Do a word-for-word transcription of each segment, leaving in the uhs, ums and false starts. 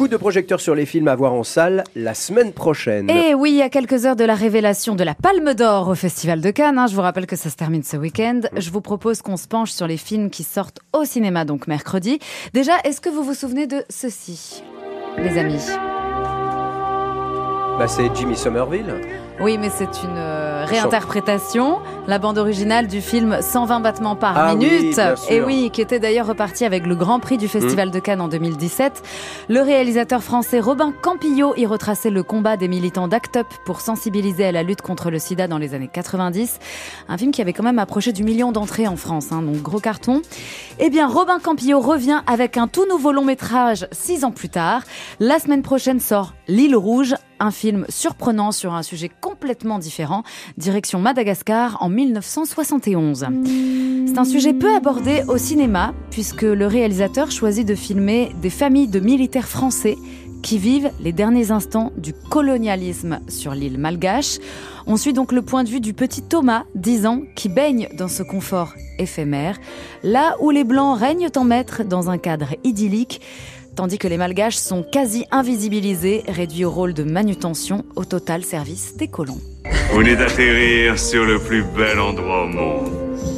coup de projecteur sur les films à voir en salle la semaine prochaine. Et oui, à quelques heures de la révélation de la Palme d'Or au Festival de Cannes, hein, je vous rappelle que ça se termine ce week-end, je vous propose qu'on se penche sur les films qui sortent au cinéma donc mercredi. Déjà, est-ce que vous vous souvenez de ceci, les amis ? Bah, c'est Jimmy Somerville. Oui, mais c'est une euh, réinterprétation, la bande originale du film cent vingt battements par ah minute. Oui, bien sûr. Et oui, qui était d'ailleurs reparti avec le Grand Prix du Festival mmh. de Cannes en deux mille dix-sept. Le réalisateur français Robin Campillo y retraçait le combat des militants d'Act Up pour sensibiliser à la lutte contre le sida dans les années quatre-vingt-dix. Un film qui avait quand même approché du million d'entrées en France, hein, donc gros carton. Eh bien, Robin Campillo revient avec un tout nouveau long métrage six ans plus tard. La semaine prochaine sort L'Île Rouge, un film surprenant sur un sujet complètement différent, direction Madagascar en mille neuf cent soixante et onze. C'est un sujet peu abordé au cinéma, puisque le réalisateur choisit de filmer des familles de militaires français qui vivent les derniers instants du colonialisme sur l'île malgache. On suit donc le point de vue du petit Thomas, dix ans, qui baigne dans ce confort éphémère, là où les Blancs règnent en maître dans un cadre idyllique, tandis que les Malgaches sont quasi invisibilisés, réduits au rôle de manutention, au total service des colons. Vous venez d'atterrir sur le plus bel endroit au monde,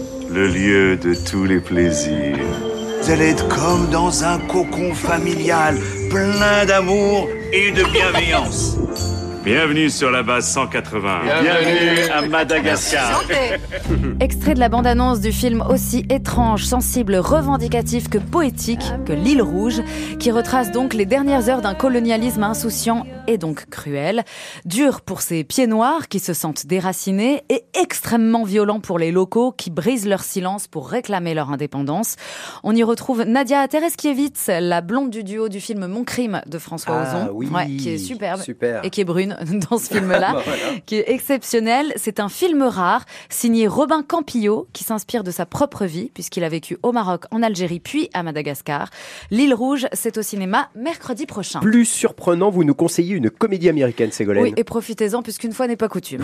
le lieu de tous les plaisirs. Vous allez être comme dans un cocon familial, plein d'amour et de bienveillance. Bienvenue sur la base cent quatre-vingts. Bienvenue à Madagascar. Extrait de la bande-annonce du film aussi étrange, sensible, revendicatif que poétique que L'Île Rouge, qui retrace donc les dernières heures d'un colonialisme insouciant et donc cruel. Dur pour ces pieds noirs qui se sentent déracinés et extrêmement violent pour les locaux qui brisent leur silence pour réclamer leur indépendance. On y retrouve Nadia Tereskievic, la blonde du duo du film Mon Crime de François ah, Ozon, oui, ouais, qui est superbe super. Et qui est brune dans ce film-là, bah voilà. qui est exceptionnel. C'est un film rare, signé Robin Campillo, qui s'inspire de sa propre vie, puisqu'il a vécu au Maroc, en Algérie, puis à Madagascar. L'Île Rouge, c'est au cinéma mercredi prochain. Plus surprenant, vous nous conseillez une comédie américaine, Ségolène. Oui, et profitez-en, puisqu'une fois n'est pas coutume.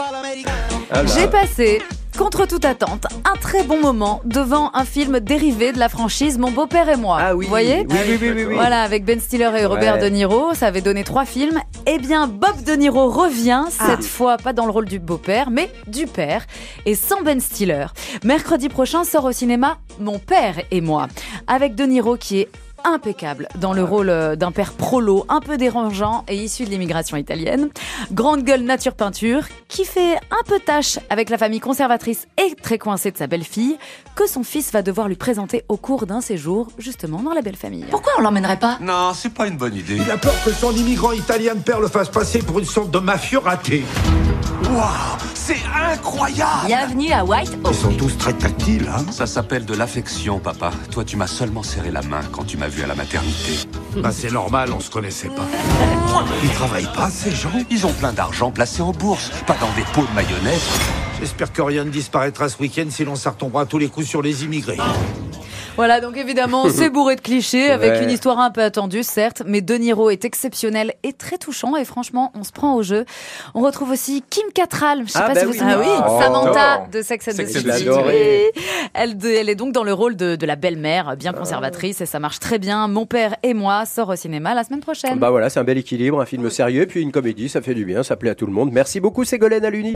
Ah bah. J'ai passé, contre toute attente, un très bon moment devant un film dérivé de la franchise Mon beau-père et moi. Ah oui, vous voyez oui, oui, oui, oui, oui. Voilà, avec Ben Stiller et Robert ouais. De Niro, ça avait donné trois films. Eh bien, Bob De Niro revient, cette ah. fois pas dans le rôle du beau-père, mais du père, et sans Ben Stiller. Mercredi prochain sort au cinéma Mon père et moi, avec De Niro qui est impeccable dans le rôle d'un père prolo, un peu dérangeant et issu de l'immigration italienne. Grande gueule nature peinture, qui fait un peu tâche avec la famille conservatrice et très coincée de sa belle-fille, que son fils va devoir lui présenter au cours d'un séjour, justement dans la belle famille. Pourquoi on l'emmènerait pas ? Non, c'est pas une bonne idée. Il a peur que son immigrant italien de père le fasse passer pour une sorte de mafieux raté. Waouh, c'est incroyable! Bienvenue à White Oak. Ils sont tous très tactiles, hein? Ça s'appelle de l'affection, papa. Toi, tu m'as seulement serré la main quand tu m'as vu à la maternité. Bah, c'est normal, on se connaissait pas. Ils travaillent pas, ces gens? Ils ont plein d'argent placé en bourse, pas dans des pots de mayonnaise. J'espère que rien ne disparaîtra ce week-end, sinon ça retombera à tous les coups sur les immigrés. Voilà, donc évidemment, c'est bourré de clichés, avec ouais. une histoire un peu attendue, certes, mais De Niro est exceptionnel et très touchant, et franchement, on se prend au jeu. On retrouve aussi Kim Cattrall, je sais ah pas bah si vous oui. vous souvenez, ah oui. Samantha oh. de Sex and the City. Elle, elle est donc dans le rôle de, de la belle-mère, bien conservatrice, et ça marche très bien. Mon père et moi sort au cinéma la semaine prochaine. Bah voilà, c'est un bel équilibre, un film sérieux, puis une comédie, ça fait du bien, ça plaît à tout le monde. Merci beaucoup, Ségolène Aluni.